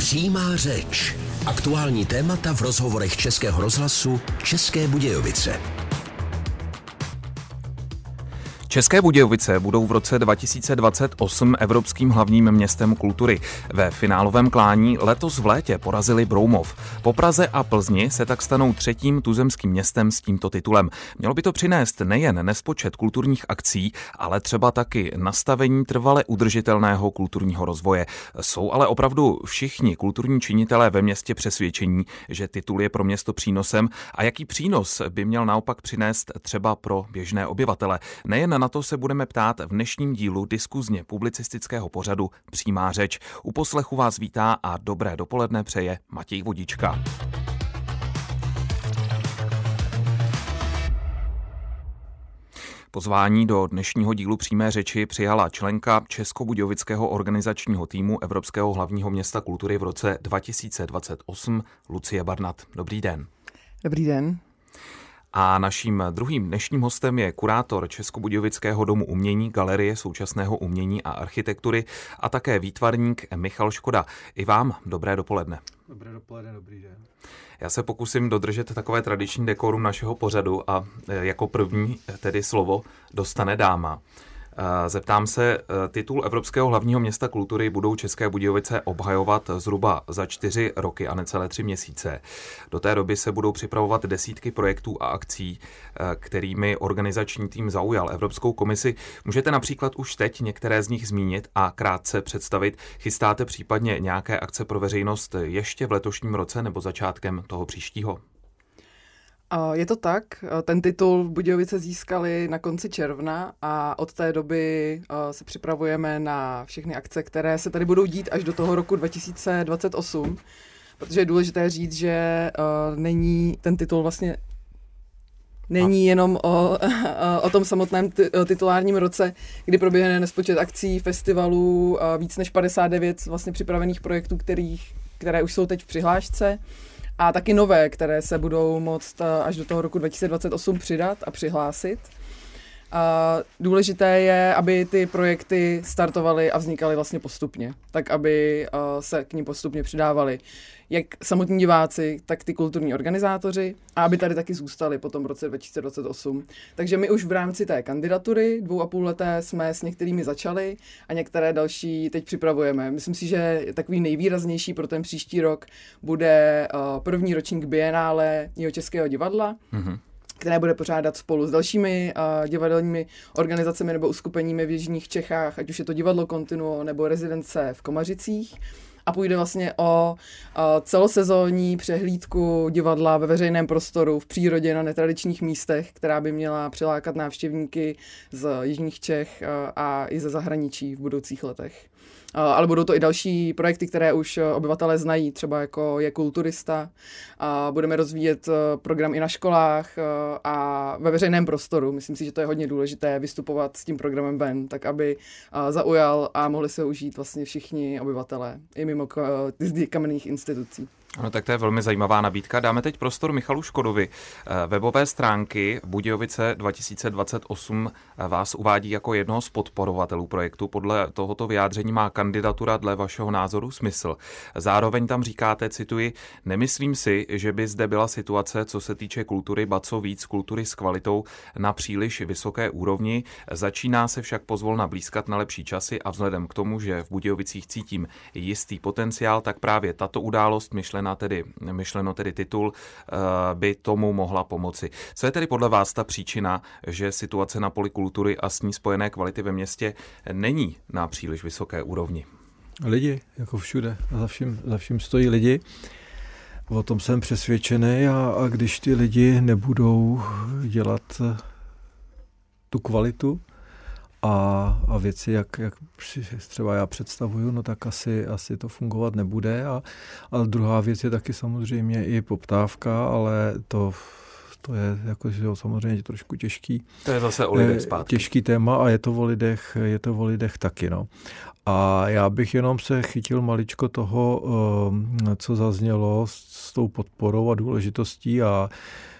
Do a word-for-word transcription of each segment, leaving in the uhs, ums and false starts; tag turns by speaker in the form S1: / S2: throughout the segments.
S1: Přímá řeč. Aktuální témata v rozhovorech Českého rozhlasu České Budějovice.
S2: České Budějovice budou v roce dva tisíce dvacet osm Evropským hlavním městem kultury. Ve finálovém klání letos v létě porazili Broumov. Po Praze a Plzni se tak stanou třetím tuzemským městem s tímto titulem. Mělo by to přinést nejen nespočet kulturních akcí, ale třeba taky nastavení trvale udržitelného kulturního rozvoje. Jsou ale opravdu všichni kulturní činitelé ve městě přesvědčení, že titul je pro město přínosem a jaký přínos by měl naopak přinést třeba pro běžné obyvatele. Nejen na to se budeme ptát v dnešním dílu diskuzně publicistického pořadu Přímá řeč. U poslechu vás vítá a dobré dopoledne přeje Matěj Vodička. Pozvání do dnešního dílu Přímé řeči přijala členka Českobudějovického organizačního týmu Evropského hlavního města kultury v roce dva tisíce dvacet osm Lucie Barnat. Dobrý den.
S3: Dobrý den.
S2: A naším druhým dnešním hostem je kurátor Českobudějovického domu umění, Galerie současného umění a architektury a také výtvarník Michal Škoda. I vám dobré dopoledne.
S4: Dobré dopoledne, dobrý den.
S2: Já se pokusím dodržet takové tradiční dekorum našeho pořadu a jako první tedy slovo dostane dáma. Zeptám se, titul Evropského hlavního města kultury budou České Budějovice obhajovat zhruba za čtyři roky a necelé tři měsíce. Do té doby se budou připravovat desítky projektů a akcí, kterými organizační tým zaujal Evropskou komisi. Můžete například už teď některé z nich zmínit a krátce představit? Chystáte případně nějaké akce pro veřejnost ještě v letošním roce nebo začátkem toho příštího?
S3: Je to tak, ten titul Budějovice získali na konci června a od té doby se připravujeme na všechny akce, které se tady budou dít až do toho roku dva tisíce dvacet osm, protože je důležité říct, že není ten titul vlastně není jenom o, o tom samotném titulárním roce, kdy proběhne nespočet akcí, festivalů, víc než padesát devět vlastně připravených projektů, kterých, které už jsou teď v přihlášce. A taky nové, které se budou moct až do toho roku dva tisíce dvacet osm přidat a přihlásit. A důležité je, aby ty projekty startovaly a vznikaly vlastně postupně, tak aby se k nim postupně přidávali jak samotní diváci, tak ty kulturní organizátoři a aby tady taky zůstali po tom roce dva tisíce dvacet osm. Takže my už v rámci té kandidatury dvou a půl leté jsme s některými začali a některé další teď připravujeme. Myslím si, že takový nejvýraznější pro ten příští rok bude první ročník Bienále Jihočeského divadla, mm-hmm. které bude pořádat spolu s dalšími uh, divadelními organizacemi nebo uskupeními v jižních Čechách, ať už je to divadlo Continuo nebo rezidence v Komařicích. A půjde vlastně o uh, celosezónní přehlídku divadla ve veřejném prostoru, v přírodě, na netradičních místech, která by měla přilákat návštěvníky z jižních Čech uh, a i ze zahraničí v budoucích letech. Uh, ale budou to i další projekty, které už obyvatelé znají, třeba jako je Kulturista. Uh, budeme rozvíjet uh, program i na školách uh, a ve veřejném prostoru. Myslím si, že to je hodně důležité vystupovat s tím programem ven, tak aby uh, zaujal a mohli se užít vlastně všichni obyvatelé, i mimo uh, ty kamenných institucí.
S2: Ano, tak to je velmi zajímavá nabídka. Dáme teď prostor Michalu Škodovi. Webové stránky Budějovice dva tisíce dvacet osm vás uvádí jako jednoho z podporovatelů projektu. Podle tohoto vyjádření má kandidatura dle vašeho názoru smysl. Zároveň tam říkáte, cituji, nemyslím si, že by zde byla situace, co se týče kultury, ba co víc kultury s kvalitou na příliš vysoké úrovni. Začíná se však pozvolna blýskat na lepší časy a vzhledem k tomu, že v Budějovicích cítím jistý potenciál, tak právě tato událost myšlená Tedy, myšleno tedy titul, by tomu mohla pomoci. Co je tedy podle vás ta příčina, že situace na poli kultury a s ní spojené kvality ve městě není na příliš vysoké úrovni?
S4: Lidi, jako všude. Za vším, za vším stojí lidi. O tom jsem přesvědčený a, a když ty lidi nebudou dělat tu kvalitu, A, a věci, jak, jak si třeba já představuju, no tak asi, asi to fungovat nebude. A, a druhá věc je taky samozřejmě i poptávka, ale to, to je jako, že samozřejmě trošku těžký.
S2: To je zase o lidech zpátky.
S4: Těžký téma a je to o lidech, je to o lidech taky, no. A já bych jenom se chytil maličko toho, co zaznělo s tou podporou a důležitostí a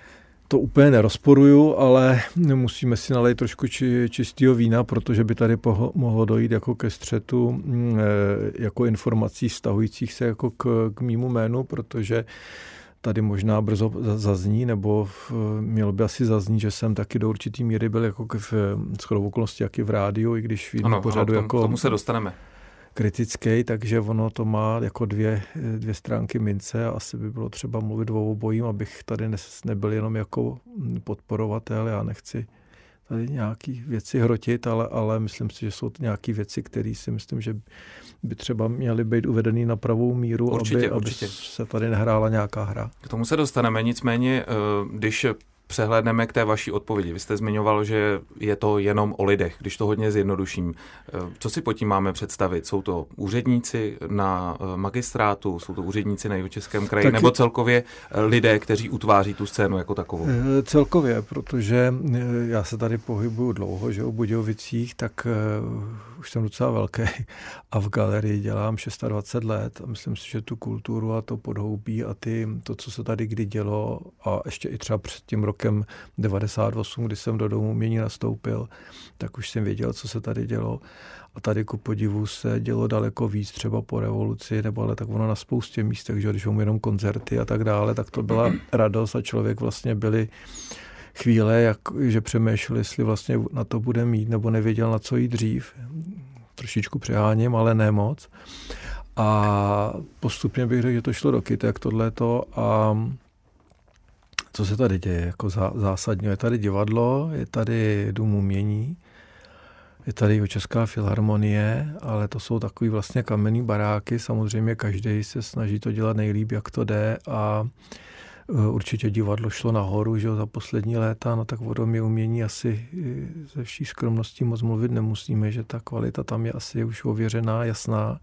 S4: to úplně nerozporuju, ale musíme si nalejt trošku či, čistého vína, protože by tady poho, mohlo dojít jako ke střetu e, jako informací vztahujících se jako k, k mému jménu, protože tady možná brzo zazní, nebo v, mělo by asi zaznít, že jsem taky do určitý míry byl jako v shodou okolností, jak i v rádiu, i když v jiném pořadu
S2: ano,
S4: jako...
S2: tomu se dostaneme.
S4: Kritický, takže ono to má jako dvě, dvě stránky mince a asi by bylo třeba mluvit o obojím, abych tady nebyl jenom jako podporovatel. Já nechci tady nějaký věci hrotit, ale, ale myslím si, že jsou to nějaké věci, které si myslím, že by třeba měly být uvedený na pravou míru,
S2: určitě,
S4: aby,
S2: určitě.
S4: aby se tady nehrála nějaká hra.
S2: K tomu se dostaneme, nicméně, když přehlédneme k té vaší odpovědi. Vy jste zmiňoval, že je to jenom o lidech, když to hodně zjednoduším. Co si pod tím máme představit? Jsou to úředníci na magistrátu, jsou to úředníci na Jihočeském kraji, taky... nebo celkově lidé, kteří utváří tu scénu jako takovou?
S4: Celkově, protože já se tady pohybuju dlouho, že o Budějovicích, tak uh, už jsem docela velký a v galerii dělám dvacet šest let a myslím si, že tu kulturu a to podhoubí a ty, to, co se tady kdy dělo a ještě i třeba před tím rokem devadesát osm, kdy jsem do Domu umění nastoupil, tak už jsem věděl, co se tady dělo. A tady ku podivu se dělo daleko víc, třeba po revoluci, nebo ale tak ono na spoustě míst, takže když mám jenom koncerty a tak dále, tak to byla radost a člověk vlastně byli chvíle, jak, že přemýšlel, jestli vlastně na to bude mít, nebo nevěděl, na co jít dřív. Trošičku přeháním, ale ne moc. A postupně bych řekl, že to šlo do kytek tohleto a co se tady děje jako zásadně? Je tady divadlo, je tady Dům umění, je tady Jihočeská filharmonie, ale to jsou takový vlastně kamenný baráky. Samozřejmě každý se snaží to dělat nejlíp, jak to jde a určitě divadlo šlo nahoru, že za poslední léta, no tak o Domě umění asi ze vší skromností moc mluvit nemusíme, že ta kvalita tam je asi už ověřená, jasná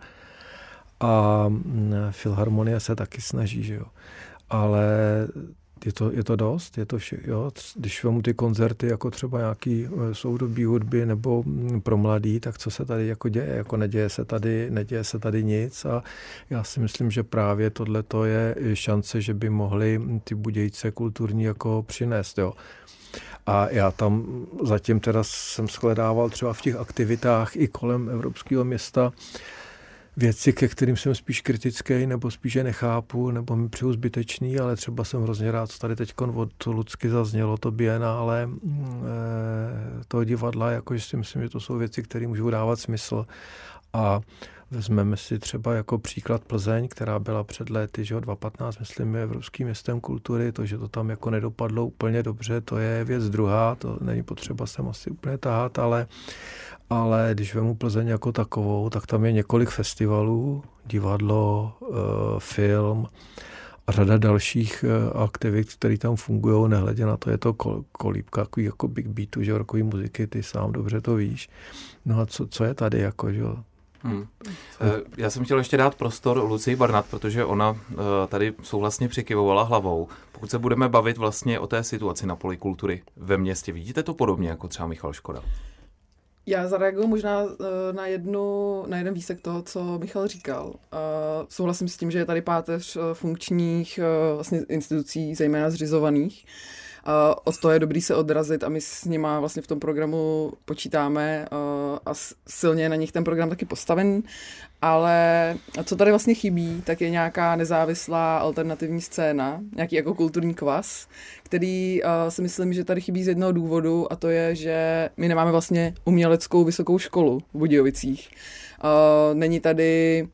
S4: a filharmonie se taky snaží, že jo. Ale Je to, je to dost, je to vše, jo. Když vám ty koncerty jako třeba nějaký soudobí hudby nebo pro mladý, tak co se tady jako děje, jako neděje se tady, neděje se tady nic a já si myslím, že právě tohleto je šance, že by mohli ty Budějce kulturní jako přinést, jo. A já tam zatím teda jsem shledával třeba v těch aktivitách i kolem Evropského města věci, ke kterým jsem spíš kritický, nebo spíš je nechápu, nebo mi přijdu zbytečný, ale třeba jsem hrozně rád, co tady teď od Lucky zaznělo, to bienále toho divadla, jakože si myslím, že to jsou věci, které můžou dávat smysl. A vezmeme si třeba jako příklad Plzeň, která byla před léty, že dva tisíce patnáct, myslím, je Evropským městem kultury, to, že to tam jako nedopadlo úplně dobře, to je věc druhá, to není potřeba sem asi úplně tahat, ale ale když vemu Plzeň jako takovou, tak tam je několik festivalů, divadlo, film a řada dalších aktivit, které tam fungují, nehledě na to, je to kolíbka takový jako big beatu, že rokový muziky, ty sám dobře to víš. No a co, co je tady jako, že jo?
S2: Hmm. Já jsem chtěl ještě dát prostor Lucii Barnard, protože ona tady souhlasně přikyvovala hlavou. Pokud se budeme bavit vlastně o té situaci na poli kultury ve městě, vidíte to podobně jako třeba Michal Škoda?
S3: Já zareaguju možná na, jednu, na jeden výsek toho, co Michal říkal. Souhlasím s tím, že je tady páteř funkčních vlastně institucí, zejména zřizovaných. Od toho je dobrý se odrazit a my s nima vlastně v tom programu počítáme a silně na nich ten program taky postavený. Ale co tady vlastně chybí, tak je nějaká nezávislá alternativní scéna, nějaký jako kulturní kvas, který uh, si myslím, že tady chybí z jednoho důvodu a to je, že my nemáme vlastně uměleckou vysokou školu v Budějovicích. Uh, není tady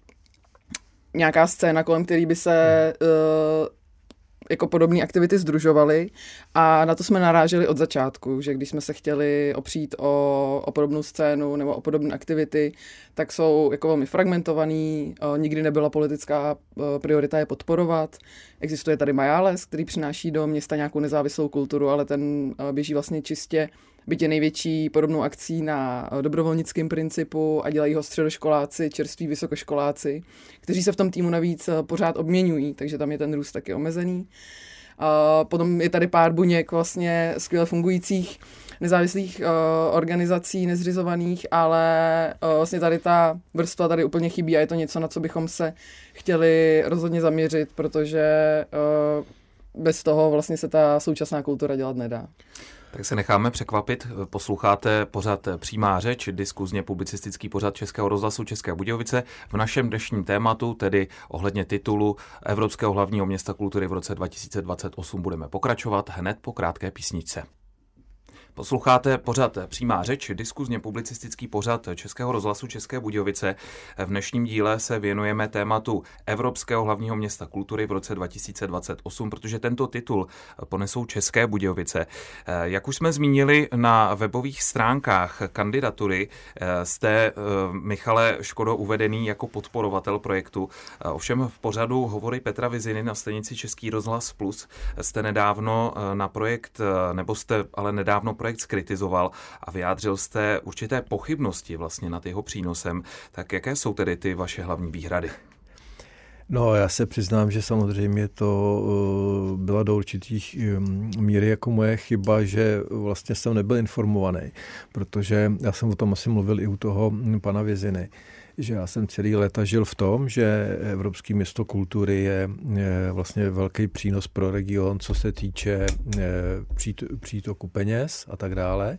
S3: nějaká scéna, kolem který by se uh, jako podobné aktivity sdružovaly a na to jsme naráželi od začátku, že když jsme se chtěli opřít o, o podobnou scénu nebo o podobné aktivity, tak jsou jako velmi fragmentovaný, nikdy nebyla politická priorita je podporovat. Existuje tady Majáles, který přináší do města nějakou nezávislou kulturu, ale ten běží vlastně čistě, byť je největší podobnou akcí na dobrovolnickém principu a dělají ho středoškoláci, čerství vysokoškoláci, kteří se v tom týmu navíc pořád obměňují, takže tam je ten růst taky omezený. A potom je tady pár buněk vlastně skvěle fungujících nezávislých uh, organizací, nezřizovaných, ale uh, vlastně tady ta vrstva tady úplně chybí a je to něco, na co bychom se chtěli rozhodně zaměřit, protože uh, bez toho vlastně se ta současná kultura dělat nedá.
S2: Tak se necháme překvapit. Posloucháte pořad Přímá řeč, diskuzně publicistický pořad Českého rozhlasu České Budějovice. V našem dnešním tématu, tedy ohledně titulu Evropského hlavního města kultury v roce dva tisíce dvacet osm, budeme pokračovat hned po krátké písničce. Posloucháte pořad Přímá řeč, diskuzně publicistický pořad Českého rozhlasu České Budějovice. V dnešním díle se věnujeme tématu Evropského hlavního města kultury v roce dva tisíce dvacet osm, protože tento titul ponesou České Budějovice. Jak už jsme zmínili, na webových stránkách kandidatury jste, Michale Škodo, uvedený jako podporovatel projektu. Ovšem v pořadu Hovory Petra Viziny na stanici Český rozhlas Plus jste nedávno na projekt, nebo jste ale nedávno projekt skritizoval a vyjádřil jste určité pochybnosti vlastně nad jeho přínosem. Tak jaké jsou tedy ty vaše hlavní výhrady?
S4: No, já se přiznám, že samozřejmě to byla do určitých míry jako moje chyba, že vlastně jsem nebyl informovaný, protože já jsem o tom asi mluvil i u toho pana Viziny, že já jsem celý léta žil v tom, že Evropské město kultury je, je vlastně velký přínos pro region, co se týče přítoku peněz a tak dále.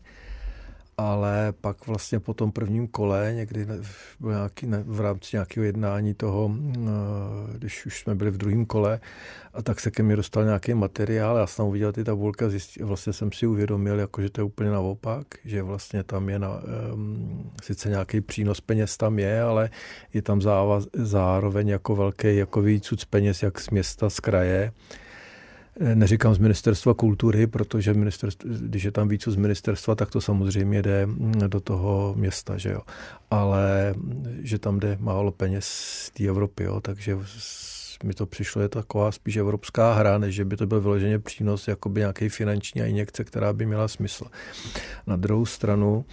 S4: Ale pak vlastně po tom prvním kole, někdy v, nějaký, v rámci nějakého jednání toho, když už jsme byli v druhém kole, a tak se ke mně dostal nějaký materiál, já jsem uviděl ty tabulky a zjistil, vlastně jsem si uvědomil, jako, že to je úplně naopak, že vlastně tam je na, um, sice nějaký přínos peněz tam je, ale je tam závaz, zároveň jako velký jako výcuc peněz, jak z města, z kraje. Neříkám z ministerstva kultury, protože ministerstvo, když je tam víc z ministerstva, tak to samozřejmě jde do toho města, že jo. Ale že tam jde málo peněz z té Evropy, jo, takže mi to přišlo, je taková spíš evropská hra, než že by to byl vyloženě přínos, jakoby nějaký finanční injekce, která by měla smysl. Na druhou stranu,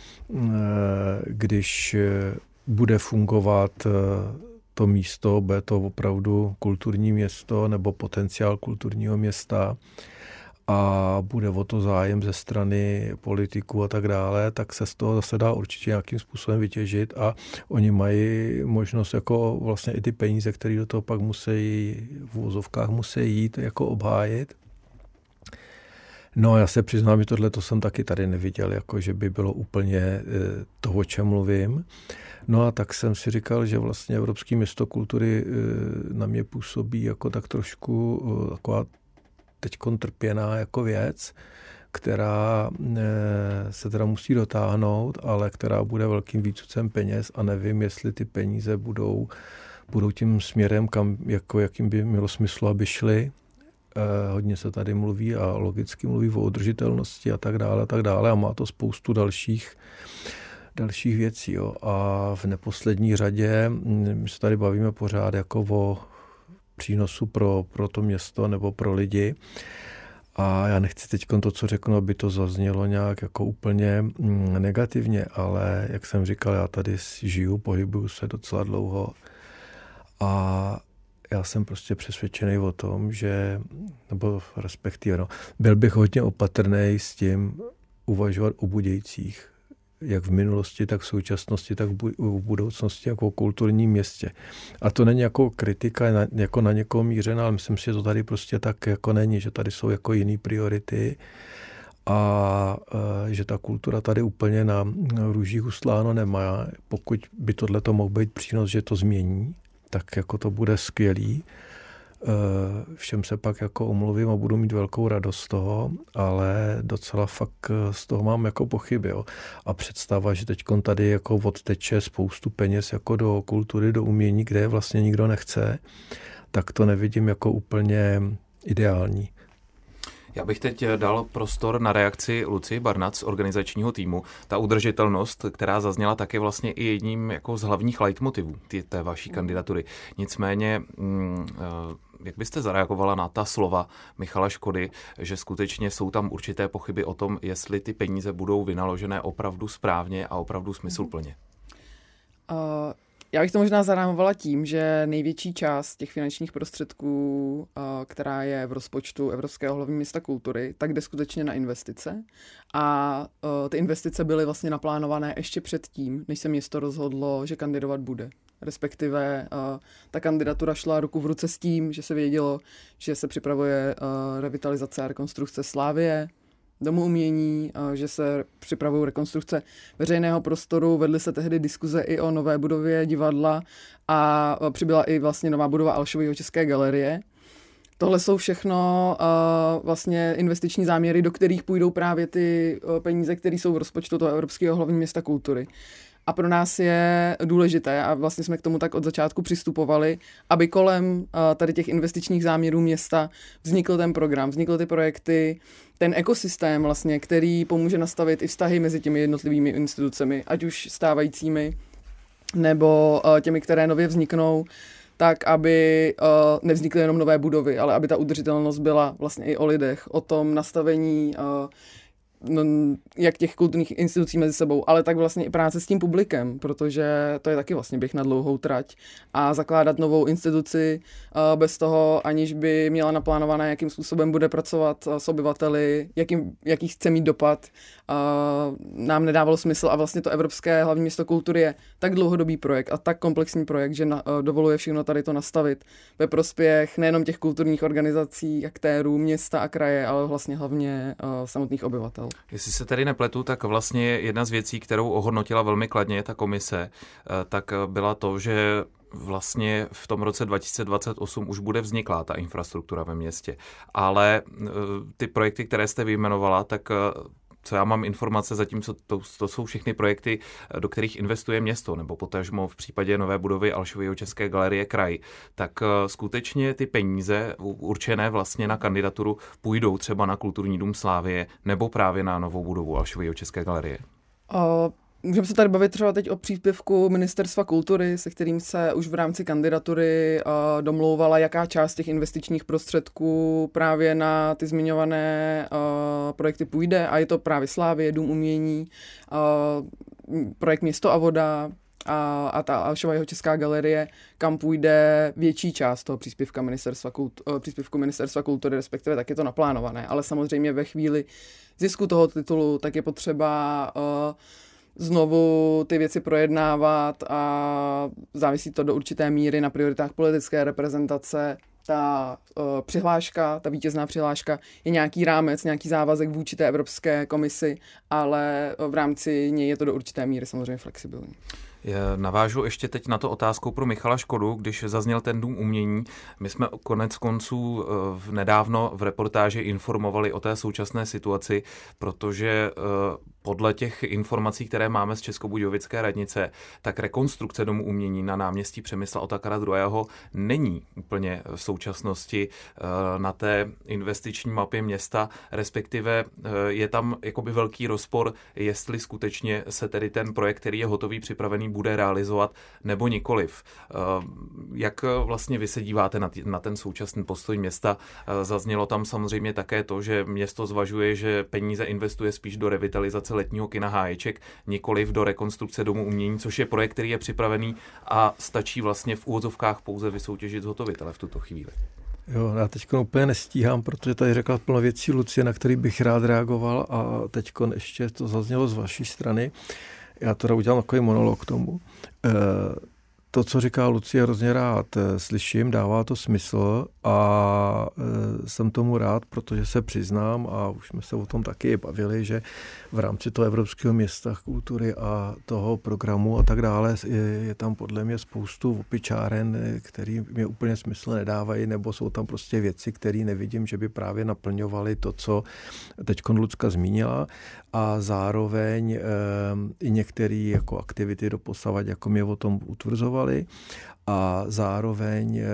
S4: když bude fungovat to místo, bude to opravdu kulturní město nebo potenciál kulturního města a bude o to zájem ze strany politiků a tak dále, tak se z toho zase dá určitě nějakým způsobem vytěžit a oni mají možnost jako vlastně i ty peníze, které do toho pak musí v uvozovkách musí jít, jako obhájit. No, já se přiznám, že tohle to jsem taky tady neviděl, jako že by bylo úplně to, o čem mluvím. No a tak jsem si říkal, že vlastně Evropské město kultury na mě působí jako tak trošku taková teďkon trpěná jako věc, která se teda musí dotáhnout, ale která bude velkým výcucem peněz a nevím, jestli ty peníze budou, budou tím směrem, kam, jako, jakým by mělo smysl, aby šly. Eh, hodně se tady mluví a logicky mluví o udržitelnosti a tak dále a tak dále a má to spoustu dalších dalších věcí. Jo. A v neposlední řadě my se tady bavíme pořád jako o přínosu pro, pro to město nebo pro lidi. A já nechci teď to, co řeknu, aby to zaznělo nějak jako úplně negativně, ale jak jsem říkal, já tady žiju, pohybuju se docela dlouho a já jsem prostě přesvědčený o tom, že, nebo respektive, no, byl bych hodně opatrný s tím uvažovat o Budějcích, jak v minulosti, tak v současnosti, tak v budoucnosti, jako o kulturním městě. A to není jako kritika, na, jako na někoho mířená, ale myslím si, že to tady prostě tak jako není, že tady jsou jako jiný priority a e, že ta kultura tady úplně na, na růžích ustláno nemá. Pokud by tohleto mohl být přínos, že to změní, tak jako to bude skvělý. Všem se pak jako omluvím a budu mít velkou radost z toho, ale docela fakt z toho mám jako pochyby. Jo. A představa, že teď tady jako odteče spoustu peněz jako do kultury, do umění, kde je vlastně nikdo nechce, tak to nevidím jako úplně ideální.
S2: Já bych teď dal prostor na reakci Lucii Barnac z organizačního týmu. Ta udržitelnost, která zazněla, tak je vlastně i jedním jako z hlavních leitmotivů té vaší kandidatury. Nicméně, jak byste zareagovala na ta slova Michala Škody, že skutečně jsou tam určité pochyby o tom, jestli ty peníze budou vynaložené opravdu správně a opravdu smysluplně?
S3: Uh... Já bych to možná zarámovala tím, že největší část těch finančních prostředků, která je v rozpočtu Evropského hlavního města kultury, tak jde skutečně na investice. A ty investice byly vlastně naplánované ještě předtím, než se město rozhodlo, že kandidovat bude. respektive uh, ta kandidatura šla ruku v ruce s tím, že se vědělo, že se připravuje uh, revitalizace a rekonstrukce Slavie, Domu umění, uh, že se připravují rekonstrukce veřejného prostoru, vedly se tehdy diskuze i o nové budově divadla a uh, přibyla i vlastně nová budova Alšovy České galerie. Tohle jsou všechno uh, vlastně investiční záměry, do kterých půjdou právě ty uh, peníze, které jsou v rozpočtu toho Evropského hlavního města kultury. A pro nás je důležité, a vlastně jsme k tomu tak od začátku přistupovali, aby kolem uh, tady těch investičních záměrů města vznikl ten program, vznikly ty projekty, ten ekosystém vlastně, který pomůže nastavit i vztahy mezi těmi jednotlivými institucemi, ať už stávajícími, nebo uh, těmi, které nově vzniknou, tak aby uh, nevznikly jenom nové budovy, ale aby ta udržitelnost byla vlastně i o lidech, o tom nastavení uh, no, jak těch kulturních institucí mezi sebou, ale tak vlastně i práce s tím publikem, protože to je taky vlastně běh na dlouhou trať a zakládat novou instituci uh, bez toho, aniž by měla naplánované, jakým způsobem bude pracovat uh, s obyvateli, jakým, jaký chce mít dopad, uh, nám nedávalo smysl a vlastně to Evropské hlavní město kultury je tak dlouhodobý projekt a tak komplexní projekt, že na, uh, dovoluje všechno tady to nastavit ve prospěch nejenom těch kulturních organizací, aktérů, města a kraje, ale vlastně hlavně uh, samotných obyvatel.
S2: Jestli se tedy nepletu, tak vlastně jedna z věcí, kterou ohodnotila velmi kladně ta komise, tak byla to, že vlastně v tom roce dva tisíce dvacet osm už bude vzniklá ta infrastruktura ve městě. Ale ty projekty, které jste vyjmenovala, tak co já mám informace, zatímco to, to jsou všechny projekty, do kterých investuje město, nebo potažmo v případě nové budovy Alšovy České galerie kraj, tak skutečně ty peníze určené vlastně na kandidaturu půjdou třeba na Kulturní dům Slavie nebo právě na novou budovu Alšovy České galerie?
S3: Uh... Můžeme se tady bavit třeba teď o příspěvku Ministerstva kultury, se kterým se už v rámci kandidatury uh, domlouvala, jaká část těch investičních prostředků právě na ty zmiňované uh, projekty půjde. A je to právě Slavie, Dům umění, uh, projekt Město a voda a, a ta Alšova Česká galerie, kam půjde větší část toho příspěvka Ministerstva, kultu, uh, příspěvku Ministerstva kultury, respektive tak je to naplánované. Ale samozřejmě ve chvíli zisku toho titulu tak je potřeba uh, znovu ty věci projednávat a závisí to do určité míry na prioritách politické reprezentace. Ta uh, přihláška, ta vítězná přihláška je nějaký rámec, nějaký závazek vůči té Evropské komisi, ale v rámci něj je to do určité míry samozřejmě flexibilní.
S2: Navážu ještě teď na to otázkou pro Michala Škodu, když zazněl ten dům umění. My jsme konec konců v nedávno v reportáži informovali o té současné situaci, protože podle těch informací, které máme z Českobudějovické radnice, tak rekonstrukce domu umění na náměstí Přemysla Otakara druhého. není úplně v současnosti na té investiční mapě města, respektive je tam jakoby velký rozpor, jestli skutečně se tedy ten projekt, který je hotový, připravený, bude realizovat nebo nikoliv. Jak vlastně vy se díváte na, t- na ten současný postoj města? Zaznělo tam samozřejmě také to, že město zvažuje, že peníze investuje spíš do revitalizace letního kina Háječek, nikoliv do rekonstrukce domu umění, což je projekt, který je připravený a stačí vlastně v úvozovkách pouze vysoutěžit zhotovitele v tuto chvíli.
S4: Jo, já teď úplně nestíhám, protože tady řekla plno věcí Lucie, na který bych rád reagoval a teď ještě to zaznělo z vaší strany. Já teda udělám takový monolog k tomu. E, to, co říká Lucie, hrozně rád slyším, dává to smysl a e, jsem tomu rád, protože se přiznám a už jsme se o tom taky bavili, že v rámci toho Evropského města kultury a toho programu a tak dále je, je tam podle mě spoustu opičáren, který mě úplně smysl nedávají, nebo jsou tam prostě věci, které nevidím, že by právě naplňovaly to, co teď Lucka zmínila a zároveň e, i některé jako aktivity doposavad, jako mě o tom utvrzovali a zároveň e,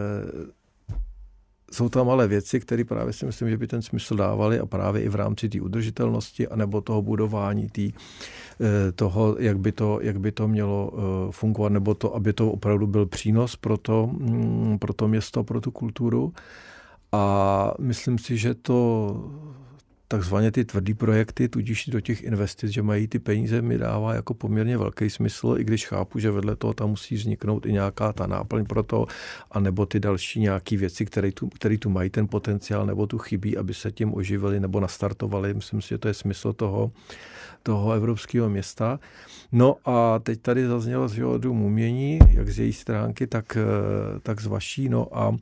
S4: jsou tam ale věci, které právě si myslím, že by ten smysl dávaly a právě i v rámci té udržitelnosti anebo toho budování tý, toho, jak by to, jak by to mělo fungovat, nebo to, aby to opravdu byl přínos pro to, pro to město, pro tu kulturu. A myslím si, že to takzvaně ty tvrdý projekty, tudíž do těch investic, že mají ty peníze, mi dává jako poměrně velký smysl, i když chápu, že vedle toho tam musí vzniknout i nějaká ta náplň pro to, anebo ty další nějaké věci, které tu, které tu mají ten potenciál, nebo tu chybí, aby se tím oživili nebo nastartovali. Myslím si, že to je smysl toho, toho evropského města. No a teď tady zaznělo z Dům umění, jak z její stránky, tak, tak z vaší. No a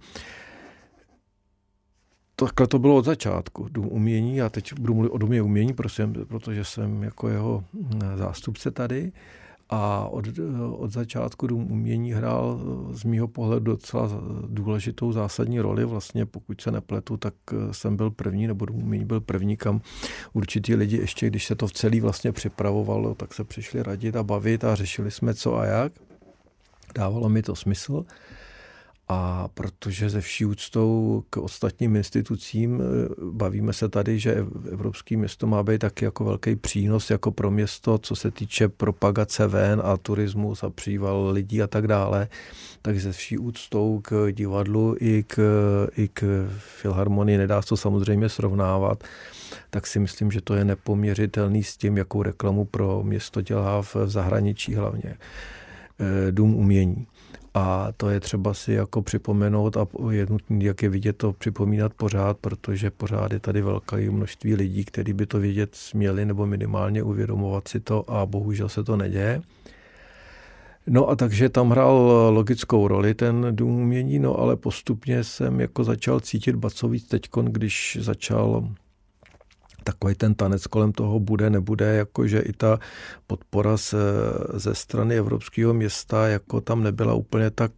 S4: takhle to bylo od začátku. Dům umění, já teď budu mluvit o Domě umění, prosím, protože jsem jako jeho zástupce tady. A od, od začátku Dům umění hrál z mýho pohledu docela důležitou zásadní roli. Vlastně pokud se nepletu, tak jsem byl první, nebo Dům umění byl první, kam určitý lidi ještě, když se to v celý vlastně připravovalo, tak se přišli radit a bavit a řešili jsme co a jak. Dávalo mi to smysl. A protože ze vší úctou k ostatním institucím bavíme se tady, že Evropské město má být taky jako velký přínos jako pro město, co se týče propagace ven a turismus a příval lidí a tak dále, tak ze vší úctou k divadlu i k, i k filharmonii, nedá se to samozřejmě srovnávat, tak si myslím, že to je nepoměřitelný s tím, jakou reklamu pro město dělá v zahraničí hlavně. Dům umění. A to je třeba si jako připomenout a je nutné, jak je vidět, to připomínat pořád, protože pořád je tady velké množství lidí, kteří by to vědět směli nebo minimálně uvědomovat si to a bohužel se to neděje. No a takže tam hrál logickou roli ten Dům umění, no ale postupně jsem jako začal cítit bacovíc teďkon, když začal takový ten tanec kolem toho bude, nebude, jakože i ta podpora se, ze strany Evropského města jako tam nebyla úplně tak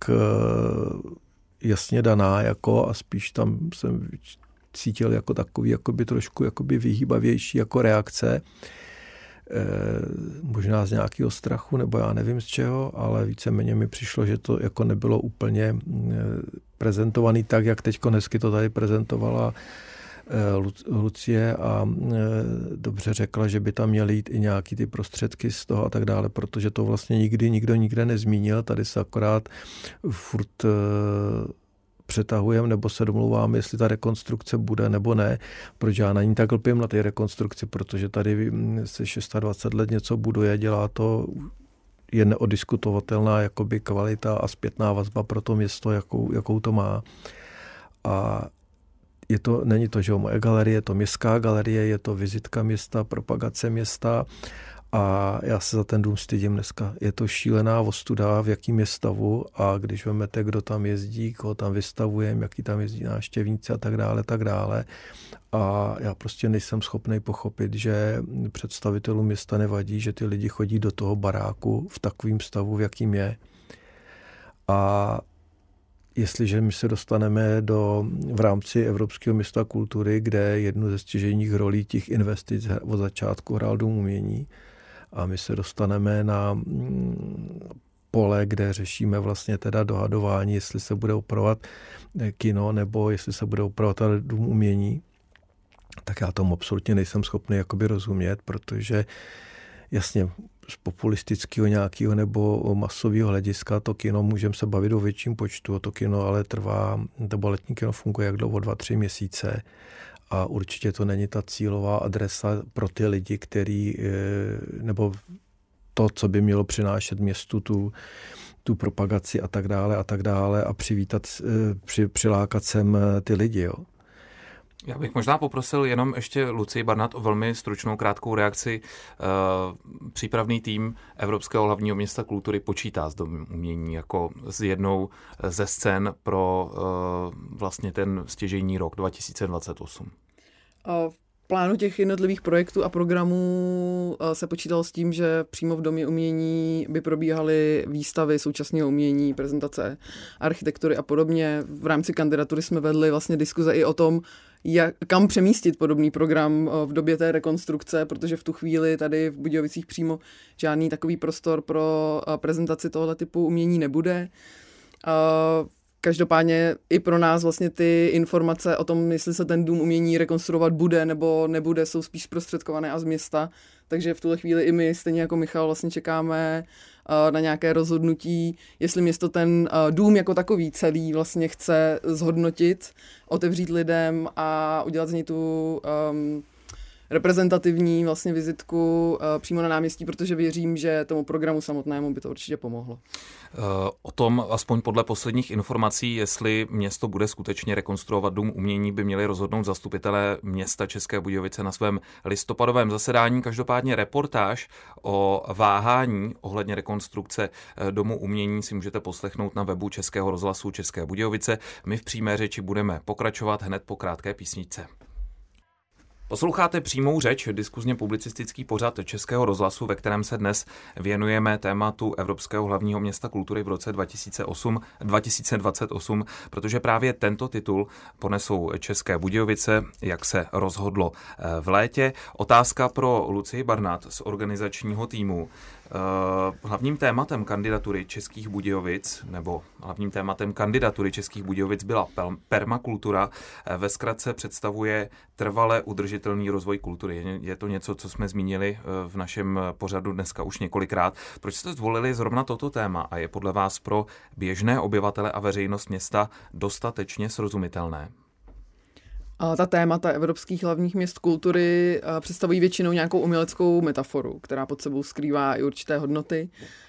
S4: jasně daná, jako a spíš tam jsem cítil jako takový jakoby trošku jakoby vyhýbavější jako reakce. E, možná z nějakého strachu, nebo já nevím z čeho, ale víceméně mi přišlo, že to jako nebylo úplně prezentovaný tak, jak teďko hezky to tady prezentovala Lucie a dobře řekla, že by tam měly jít i nějaký ty prostředky z toho a tak dále, protože to vlastně nikdy nikdo nikde nezmínil. Tady se akorát furt přetahujeme nebo se domluváme, jestli ta rekonstrukce bude nebo ne. Proč já na ní tak lpím na té rekonstrukci, protože tady se dvacet šest let něco buduje, dělá to, je neodiskutovatelná jakoby kvalita a zpětná vazba pro to město, jakou, jakou to má. A je to, není to, že moje galerie, je to městská galerie, je to vizitka města, propagace města a já se za ten dům stydím dneska. Je to šílená ostuda, v jakým je stavu a když vemete, kdo tam jezdí, koho tam vystavujeme, jaký tam jezdí návštěvníci a tak dále, tak dále. A já prostě nejsem schopný pochopit, že představitelům města nevadí, že ty lidi chodí do toho baráku v takovém stavu, v jakým je. A jestliže my se dostaneme do, v rámci Evropského města kultury, kde jednu ze stěžejních rolí těch investic od začátku hrál Dům umění a my se dostaneme na pole, kde řešíme vlastně teda dohadování, jestli se bude opravovat kino nebo jestli se bude opravovat Dům umění, tak já tomu absolutně nejsem schopný jakoby rozumět, protože jasně z populistického nějakého nebo masového hlediska to kino můžeme se bavit o větším počtu, to kino ale trvá, nebo letní kino funguje jak dlouho, dva, tři měsíce a určitě to není ta cílová adresa pro ty lidi, který, nebo to, co by mělo přinášet městu tu, tu propagaci a tak dále a tak dále a přivítat, při, přilákat sem ty lidi, jo.
S2: Já bych možná poprosil jenom ještě Lucii Barnat o velmi stručnou krátkou reakci. Přípravný tým Evropského hlavního města kultury počítá s Domem umění jako s jednou ze scén pro vlastně ten stěžejní rok dva tisíce dvacet osm.
S3: V plánu těch jednotlivých projektů a programů se počítalo s tím, že přímo v Domě umění by probíhaly výstavy současného umění, prezentace architektury a podobně. V rámci kandidatury jsme vedli vlastně diskuze i o tom, jak, kam přemístit podobný program v době té rekonstrukce, protože v tu chvíli tady v Budějovicích přímo žádný takový prostor pro prezentaci tohoto typu umění nebude. Každopádně i pro nás vlastně ty informace o tom, jestli se ten dům umění rekonstruovat bude nebo nebude, jsou spíš zprostředkované a z města. Takže v tuhle chvíli i my, stejně jako Michal, vlastně čekáme na nějaké rozhodnutí, jestli město ten dům jako takový celý vlastně chce zhodnotit, otevřít lidem a udělat z něj tu um, reprezentativní vlastně vizitku přímo na náměstí, protože věřím, že tomu programu samotnému by to určitě pomohlo.
S2: O tom, aspoň podle posledních informací, jestli město bude skutečně rekonstruovat Dům umění, by měli rozhodnout zastupitelé města České Budějovice na svém listopadovém zasedání. Každopádně reportáž o váhání ohledně rekonstrukce Domu umění si můžete poslechnout na webu Českého rozhlasu České Budějovice. My v přímé řeči budeme pokračovat hned po krátké písničce. Posloucháte Přímou řeč, diskuzně publicistický pořad Českého rozhlasu, ve kterém se dnes věnujeme tématu Evropského hlavního města kultury v roce dva tisíce osm dva tisíce dvacet osm, protože právě tento titul ponesou České Budějovice, jak se rozhodlo v létě. Otázka pro Lucii Barnard z organizačního týmu. Hlavním tématem kandidatury Českých Budějovic, nebo hlavním tématem kandidatury Českých Budějovic byla permakultura. Ve zkratce představuje trvale udržitelný rozvoj kultury. Je to něco, co jsme zmínili v našem pořadu dneska už několikrát. Proč jste zvolili zrovna toto téma a je podle vás pro běžné obyvatele a veřejnost města dostatečně srozumitelné?
S3: Ta témata evropských hlavních měst kultury představují většinou nějakou uměleckou metaforu, která pod sebou skrývá i určité hodnoty.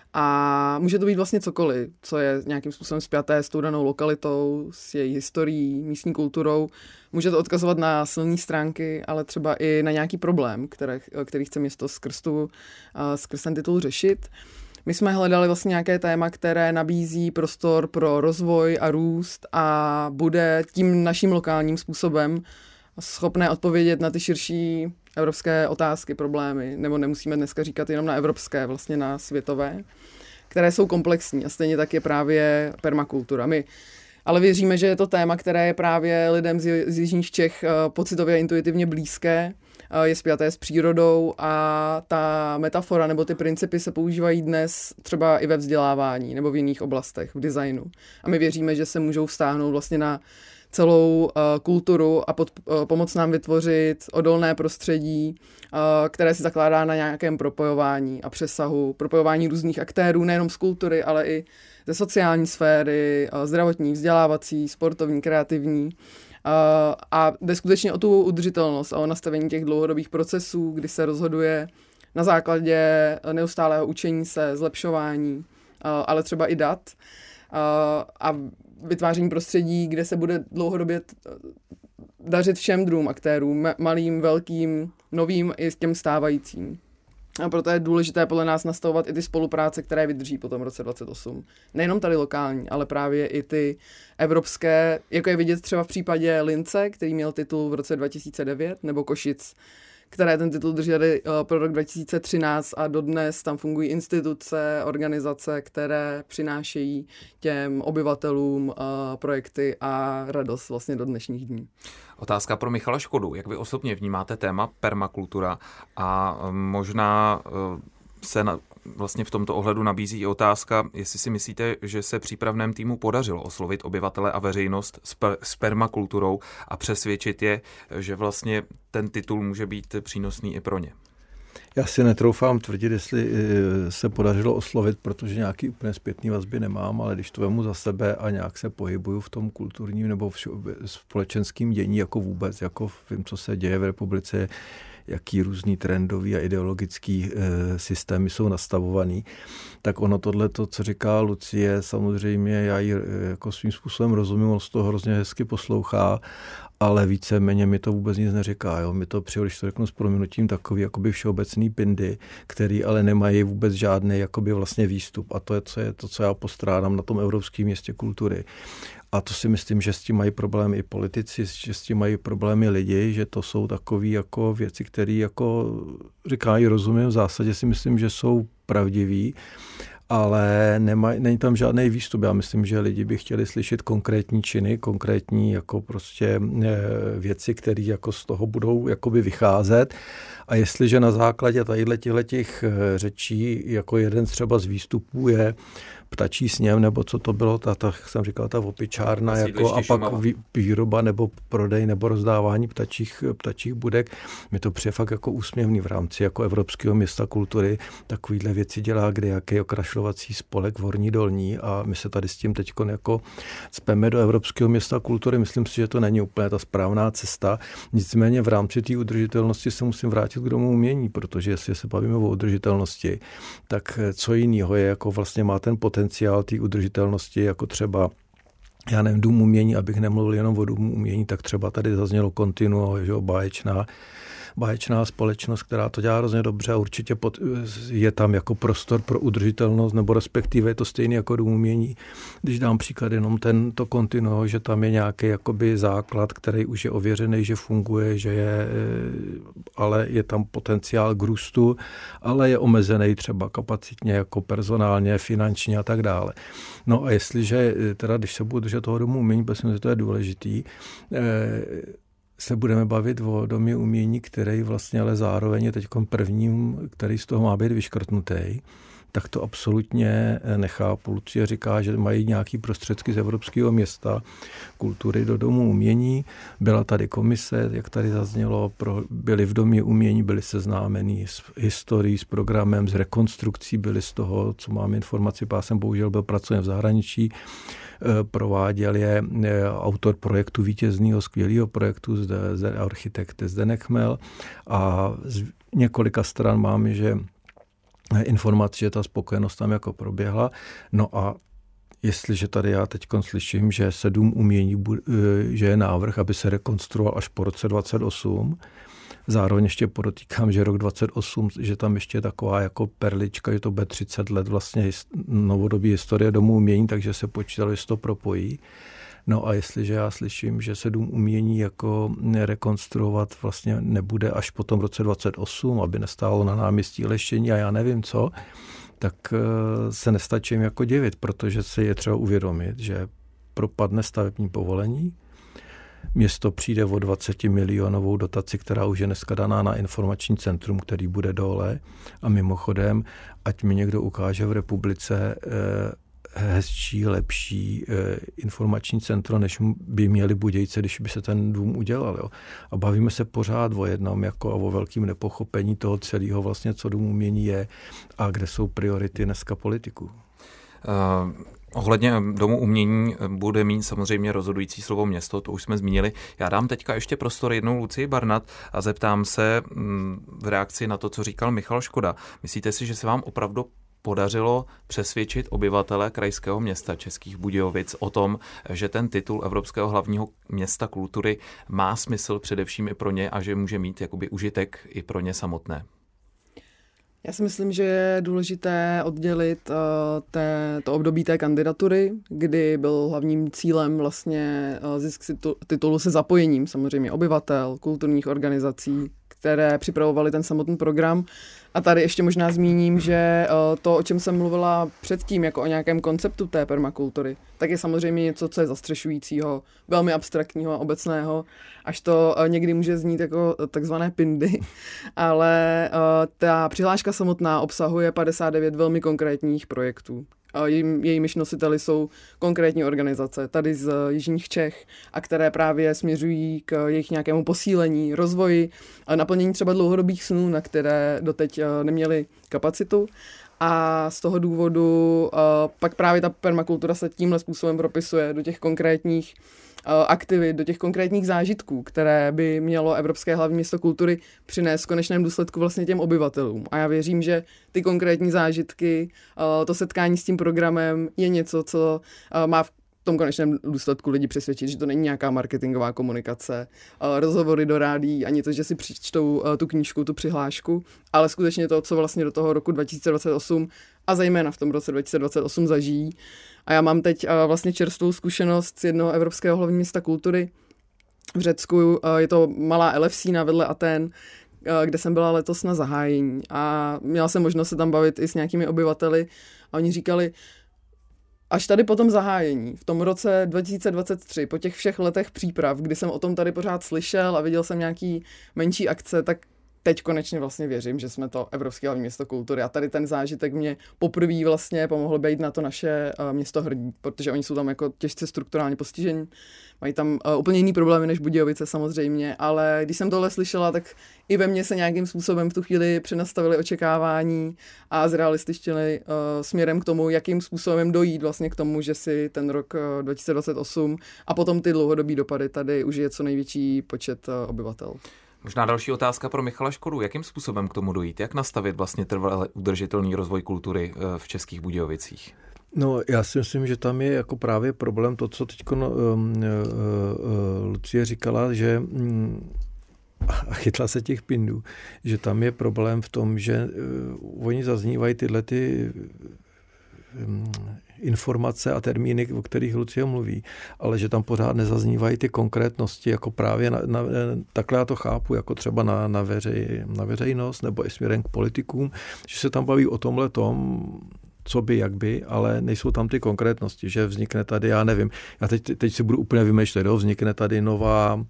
S3: A může to být vlastně cokoliv, co je nějakým způsobem spjaté s tou danou lokalitou, s její historií, místní kulturou. Může to odkazovat na silné stránky, ale třeba i na nějaký problém, který, který chce město skrz, tu, skrz ten titul řešit. My jsme hledali vlastně nějaké téma, které nabízí prostor pro rozvoj a růst a bude tím naším lokálním způsobem schopné odpovědět na ty širší evropské otázky, problémy, nebo nemusíme dneska říkat jenom na evropské, vlastně na světové, které jsou komplexní a stejně tak je právě permakultura. My ale věříme, že je to téma, které je právě lidem z, z jižních Čech pocitově a intuitivně blízké, je spjaté s přírodou a ta metafora nebo ty principy se používají dnes třeba i ve vzdělávání nebo v jiných oblastech, v designu. A my věříme, že se můžou vztáhnout vlastně na celou uh, kulturu a pod, uh, pomoct nám vytvořit odolné prostředí, uh, které se zakládá na nějakém propojování a přesahu, propojování různých aktérů, nejenom z kultury, ale i ze sociální sféry, uh, zdravotní, vzdělávací, sportovní, kreativní. Uh, a jde skutečně o tu udržitelnost a o nastavení těch dlouhodobých procesů, kdy se rozhoduje na základě neustálého učení se, zlepšování, uh, ale třeba i dat uh, a vytváření prostředí, kde se bude dlouhodobě dařit všem druhům aktérům, malým, velkým, novým i s těm stávajícím. A proto je důležité podle nás nastavovat i ty spolupráce, které vydrží po tom roce dvacet osm. Nejenom tady lokální, ale právě i ty evropské, jako je vidět třeba v případě Lince, který měl titul v roce dva tisíce devět, nebo Košic, které ten titul držely pro rok dva tisíce třináct a dodnes tam fungují instituce, organizace, které přinášejí těm obyvatelům projekty a radost vlastně do dnešních dní.
S2: Otázka pro Michala Škodu. Jak vy osobně vnímáte téma permakultura a možná se na, vlastně v tomto ohledu nabízí i otázka, jestli si myslíte, že se přípravném týmu podařilo oslovit obyvatele a veřejnost s, per, s permakulturou a přesvědčit je, že vlastně ten titul může být přínosný i pro ně?
S4: Já si netroufám tvrdit, jestli se podařilo oslovit, protože nějaký úplně zpětný vazby nemám, ale když to vemu za sebe a nějak se pohybuju v tom kulturním nebo v společenském dění jako vůbec, jako vím, co se děje v republice, jaký různý trendový a ideologický e, systémy jsou nastavovaný, tak ono tohle, to, co říká Lucie, samozřejmě já ji e, jako svým způsobem rozumím, on z toho hrozně hezky poslouchá, ale víceméně mi to vůbec nic neříká. Jo? Mi to přijde, když to řeknu s prominutím, takový jakoby všeobecný pindy, který ale nemají vůbec žádný jakoby vlastně výstup. A to je, co je to, co já postrádám na tom Evropském městě kultury. A to si myslím, že s tím mají problémy i politici, že s tím mají problémy lidi, že to jsou takové jako věci, které jako říkají, rozumím, v zásadě si myslím, že jsou pravdivý, ale nemaj, není tam žádný výstup. Já myslím, že lidi by chtěli slyšet konkrétní činy, konkrétní jako prostě věci, které jako z toho budou jakoby vycházet. A jestliže na základě těchto těch řečí jako jeden třeba z výstupů je ptačí sněm, nebo co to bylo, ta, ta, jak jsem říkal, ta opičárna, jako, a pak vý, výroba nebo prodej nebo rozdávání ptačích, ptačích budek. Mi to přijde fakt jako úsměvný v rámci jako Evropského města kultury. Takovýhle věci dělá kde jaký okrašlovací spolek v Horní Dolní a my se tady s tím teď jako speme do Evropského města kultury. Myslím si, že to není úplně ta správná cesta. Nicméně v rámci té udržitelnosti se musím vrátit k domu umění, protože jestli se bavíme o udržitelnosti, tak co jiného je, jako vlastně má ten potenciál té udržitelnosti, jako třeba já nevím, dům umění, abych nemluvil jenom o důmu umění, tak třeba tady zaznělo Continuo, že jo, báječná, báječná společnost, která to dělá hrozně dobře a určitě pod, je tam jako prostor pro udržitelnost, nebo respektive je to stejný jako dům umění. Když dám příklad jenom tento Continuo, že tam je nějaký jakoby základ, který už je ověřený, že funguje, že je, ale je tam potenciál k růstu, ale je omezený třeba kapacitně, jako personálně, finančně a tak dále. No a jestliže, teda když se budu držet toho domu umění, myslím, že to je důležitý, eh, se budeme bavit o domě umění, který vlastně ale zároveň je teď prvním, který z toho má být vyškrtnutý, tak to absolutně nechápu. Lucie říká, že mají nějaký prostředky z Evropského města kultury do domu umění. Byla tady komise, jak tady zaznělo, pro, byli v domě umění, byli seznámení s historií, s programem, s rekonstrukcí, byli z toho, co mám informaci, já jsem bohužel byl pracovně v zahraničí, prováděl je autor projektu vítězného skvělého projektu, zde, zde architekt Zdeněk Chmel a z několika stran máme, že informace, že ta spokojenost tam jako proběhla. No a jestliže tady já teď slyším, že se dům umění, že je návrh, aby se rekonstruoval až po roce dvacet osm, zároveň ještě podotýkám, že rok dvacet osm, že tam ještě je taková jako perlička, že to bude třicet let vlastně novodobí historie domu umění, takže se počítalo, že se to propojí. No a jestliže já slyším, že se dům umění jako rekonstruovat vlastně nebude až po tom roce dvacet osm, aby nestálo na náměstí Lešení a já nevím co, tak se nestačím jako divit, protože se je třeba uvědomit, že propadne stavební povolení, město přijde o dvacet milionovou dotaci, která už je dneska daná na informační centrum, který bude dole. A mimochodem, ať mi někdo ukáže v republice eh, hezčí, lepší eh, informační centrum, než by měli Budějce, když by se ten dům udělal. Jo. A bavíme se pořád o jednom jako a o velkým nepochopení toho celého vlastně, co dům umění je a kde jsou priority dneska politiků.
S2: Uh... Ohledně domu umění bude mít samozřejmě rozhodující slovo město, to už jsme zmínili. Já dám teďka ještě prostor jednou Lucii Barnat a zeptám se v reakci na to, co říkal Michal Škoda. Myslíte si, že se vám opravdu podařilo přesvědčit obyvatele krajského města Českých Budějovic o tom, že ten titul Evropského hlavního města kultury má smysl především i pro ně a že může mít jakoby užitek i pro ně samotné?
S3: Já si myslím, že je důležité oddělit uh, té, to období té kandidatury, kdy byl hlavním cílem vlastně uh, zisk titulu se zapojením samozřejmě obyvatel, kulturních organizací, které připravovaly ten samotný program. A tady ještě možná zmíním, že to, o čem jsem mluvila předtím, jako o nějakém konceptu té permakultury, tak je samozřejmě něco, co je zastřešujícího, velmi abstraktního a obecného, až to někdy může znít jako takzvané pindy. Ale ta přihláška samotná obsahuje padesát devět velmi konkrétních projektů. Jejími nositeli jsou konkrétní organizace tady z jižních Čech, a které právě směřují k jejich nějakému posílení, rozvoji a naplnění třeba dlouhodobých snů, na které doteď neměli kapacitu. A z toho důvodu pak právě ta permakultura se tímhle způsobem propisuje do těch konkrétních aktivit, do těch konkrétních zážitků, které by mělo Evropské hlavní město kultury přinést v konečném důsledku vlastně těm obyvatelům. A já věřím, že ty konkrétní zážitky, to setkání s tím programem je něco, co má v tom konečném důsledku lidi přesvědčit, že to není nějaká marketingová komunikace, rozhovory do rádií, ani to, že si přečtou tu knížku, tu přihlášku, ale skutečně to, co vlastně do toho roku dva tisíce dvacet osm a zejména v tom roce dva tisíce dvacet osm zažijí. A já mám teď vlastně čerstvou zkušenost z jednoho Evropského hlavního města kultury v Řecku. Je to malá Elefsína vedle Athén, kde jsem byla letos na zahájení. A měla jsem možnost se tam bavit i s nějakými obyvateli a oni říkali, až tady po tom zahájení, v tom roce dva tisíce dvacet tři, po těch všech letech příprav, kdy jsem o tom tady pořád slyšel a viděl jsem nějaký menší akce, tak teď konečně vlastně věřím, že jsme to Evropské hlavní město kultury. A tady ten zážitek mě poprvé vlastně pomohl být na to naše uh, město hrdí, protože oni jsou tam jako těžce strukturálně postižení. Mají tam uh, úplně jiný problémy než Budějovice samozřejmě, ale když jsem tohle slyšela, tak i ve mně se nějakým způsobem v tu chvíli přenastavily očekávání a zrealističtily uh, směrem k tomu, jakým způsobem dojít vlastně k tomu, že si ten rok uh, dva tisíce dvacet osm a potom ty dlouhodobý dopady tady užije co největší počet uh, obyvatel.
S2: Možná další otázka pro Michala Škodu. Jakým způsobem k tomu dojít? Jak nastavit vlastně trvale udržitelný rozvoj kultury v Českých Budějovicích?
S4: No, já si myslím, že tam je jako právě problém to, co teď no, uh, uh, uh, Lucie říkala, že um, a chytla se těch pindů, že tam je problém v tom, že uh, oni zaznívají tyhle ty um, informace a termíny, o kterých Lucie mluví, ale že tam pořád nezaznívají ty konkrétnosti, jako právě na, na, takhle já to chápu, jako třeba na, na, veřej, na veřejnost nebo i směrem k politikům, že se tam baví o tomhle tom, co by, jak by, ale nejsou tam ty konkrétnosti, že vznikne tady, já nevím, já teď, teď si budu úplně vymýšlet, jo, vznikne tady nová,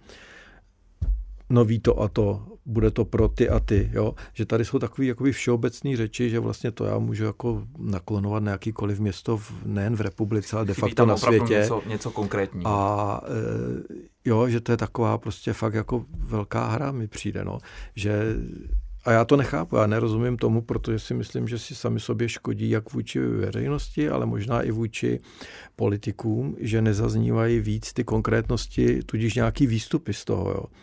S4: nový to a to, bude to pro ty a ty, jo, že tady jsou takový jakoby všeobecný řeči, že vlastně to já můžu jako naklonovat na jakýkoliv město, v, nejen v republice, ale de facto na světě.
S2: Něco, něco konkrétního.
S4: A e, jo, že to je taková prostě fakt jako velká hra mi přijde, no, že a já to nechápu, já nerozumím tomu, protože si myslím, že si sami sobě škodí jak vůči veřejnosti, ale možná i vůči politikům, že nezaznívají víc ty konkrétnosti, tudíž nějaký výstupy z toho, jo.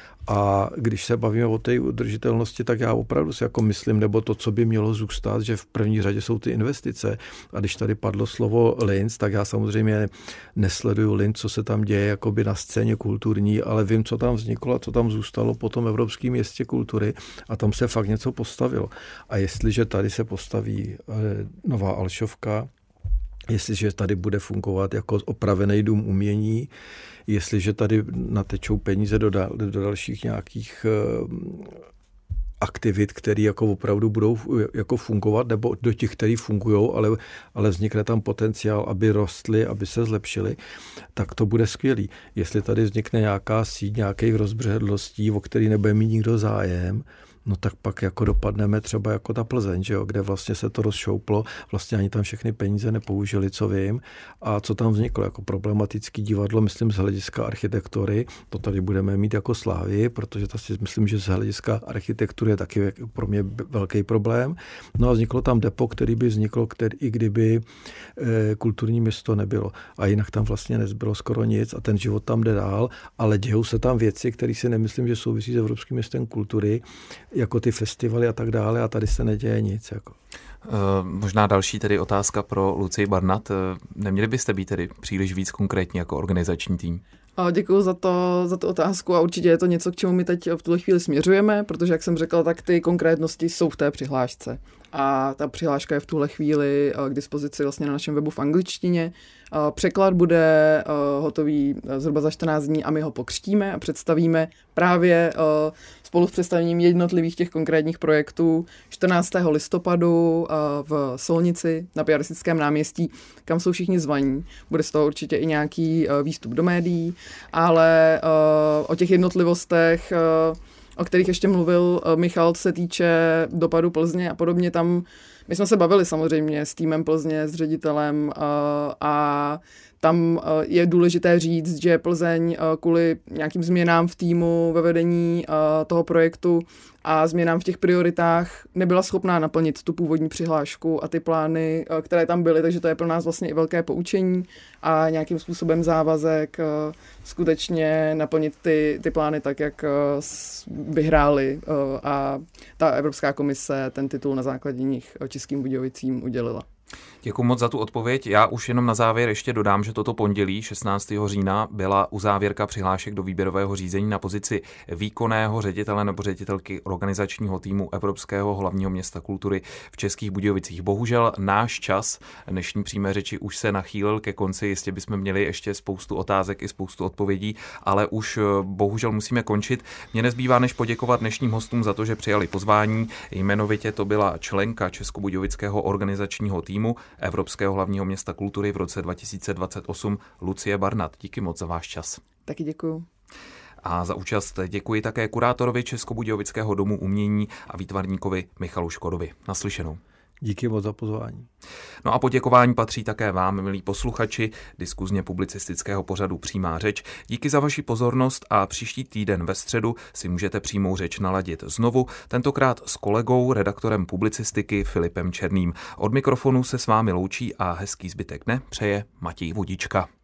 S4: A když se bavíme o té udržitelnosti, tak já opravdu si jako myslím, nebo to, co by mělo zůstat, že v první řadě jsou ty investice. A když tady padlo slovo Linz, tak já samozřejmě nesleduju Linz, co se tam děje jakoby na scéně kulturní, ale vím, co tam vzniklo a co tam zůstalo po tom Evropském městě kultury a tam se fakt něco postavilo. A jestliže tady se postaví nová Alšovka, jestliže tady bude fungovat jako opravený dům umění, jestliže tady natečou peníze do, dal, do dalších nějakých uh, aktivit, které jako opravdu budou jako fungovat, nebo do těch, které fungují, ale, ale vznikne tam potenciál, aby rostly, aby se zlepšily, tak to bude skvělý. Jestli tady vznikne nějaká síť nějakých rozbřehedlostí, o který nebude mít nikdo zájem, no tak pak jako dopadneme třeba jako ta Plzeň, že jo, kde vlastně se to rozšouplo, vlastně ani tam všechny peníze nepoužili, co vím, a co tam vzniklo jako problematický divadlo, myslím z hlediska architektury, to tady budeme mít jako Slávy, protože to si myslím, že z hlediska architektury je taky pro mě velký problém. No a vzniklo tam depo, který by vzniklo, který, i kdyby e, kulturní město nebylo. A jinak tam vlastně nezbylo skoro nic a ten život tam jde dál, ale dějou se tam věci, které si nemyslím, že souvisí s Evropským městem kultury, jako ty festivaly a tak dále, a tady se neděje nic. Jako.
S2: Uh, možná další tedy otázka pro Lucii Barnat. Uh, neměli byste být tedy příliš víc konkrétní jako organizační tým?
S3: Děkuji za, to, za tu otázku a určitě je to něco, k čemu my teď v tuhle chvíli směřujeme, protože, jak jsem řekla, tak ty konkrétnosti jsou v té přihlášce. A ta přihláška je v tuhle chvíli k dispozici vlastně na našem webu v angličtině. Překlad bude hotový zhruba za čtrnáct dní a my ho pokřtíme a představíme právě spolu s představením jednotlivých těch konkrétních projektů čtrnáctého listopadu v Solnici na Piaristickém náměstí, kam jsou všichni zvaní. Bude z toho určitě i nějaký výstup do médií, ale o těch jednotlivostech, o kterých ještě mluvil Michal, se týče dopadu Plzně a podobně, tam my jsme se bavili samozřejmě s týmem Plzně, s ředitelem a tam je důležité říct, že Plzeň kvůli nějakým změnám v týmu ve vedení toho projektu a změnám v těch prioritách nebyla schopná naplnit tu původní přihlášku a ty plány, které tam byly, takže to je pro nás vlastně i velké poučení a nějakým způsobem závazek skutečně naplnit ty, ty plány tak, jak vyhráli a ta Evropská komise ten titul na základě nich Českým Budějovicím udělila.
S2: Děkuji moc za tu odpověď. Já už jenom na závěr ještě dodám, že toto pondělí šestnáctého října byla uzávěrka přihlášek do výběrového řízení na pozici výkonného ředitele nebo ředitelky organizačního týmu Evropského hlavního města kultury v Českých Budějovicích. Bohužel náš čas dnešní přímé řeči už se nachýlil ke konci. Jistě bychom měli ještě spoustu otázek i spoustu odpovědí, ale už bohužel musíme končit. Mně nezbývá než poděkovat dnešním hostům za to, že přijali pozvání. Jmenovitě to byla členka Českobudějovického organizačního týmu Evropského hlavního města kultury v roce dva tisíce dvacet osm Lucie Barnat. Díky moc za váš čas.
S3: Taky děkuju.
S2: A za účast děkuji také kurátorovi Českobudějovického domu umění a výtvarníkovi Michalu Škodovi. Naslyšenou.
S4: Díky moc za pozvání.
S2: No a poděkování patří také vám, milí posluchači diskuzně publicistického pořadu Přímá řeč. Díky za vaši pozornost a příští týden ve středu si můžete Přímou řeč naladit znovu, tentokrát s kolegou, redaktorem publicistiky Filipem Černým. Od mikrofonu se s vámi loučí a hezký zbytek dne přeje Matěj Vodička.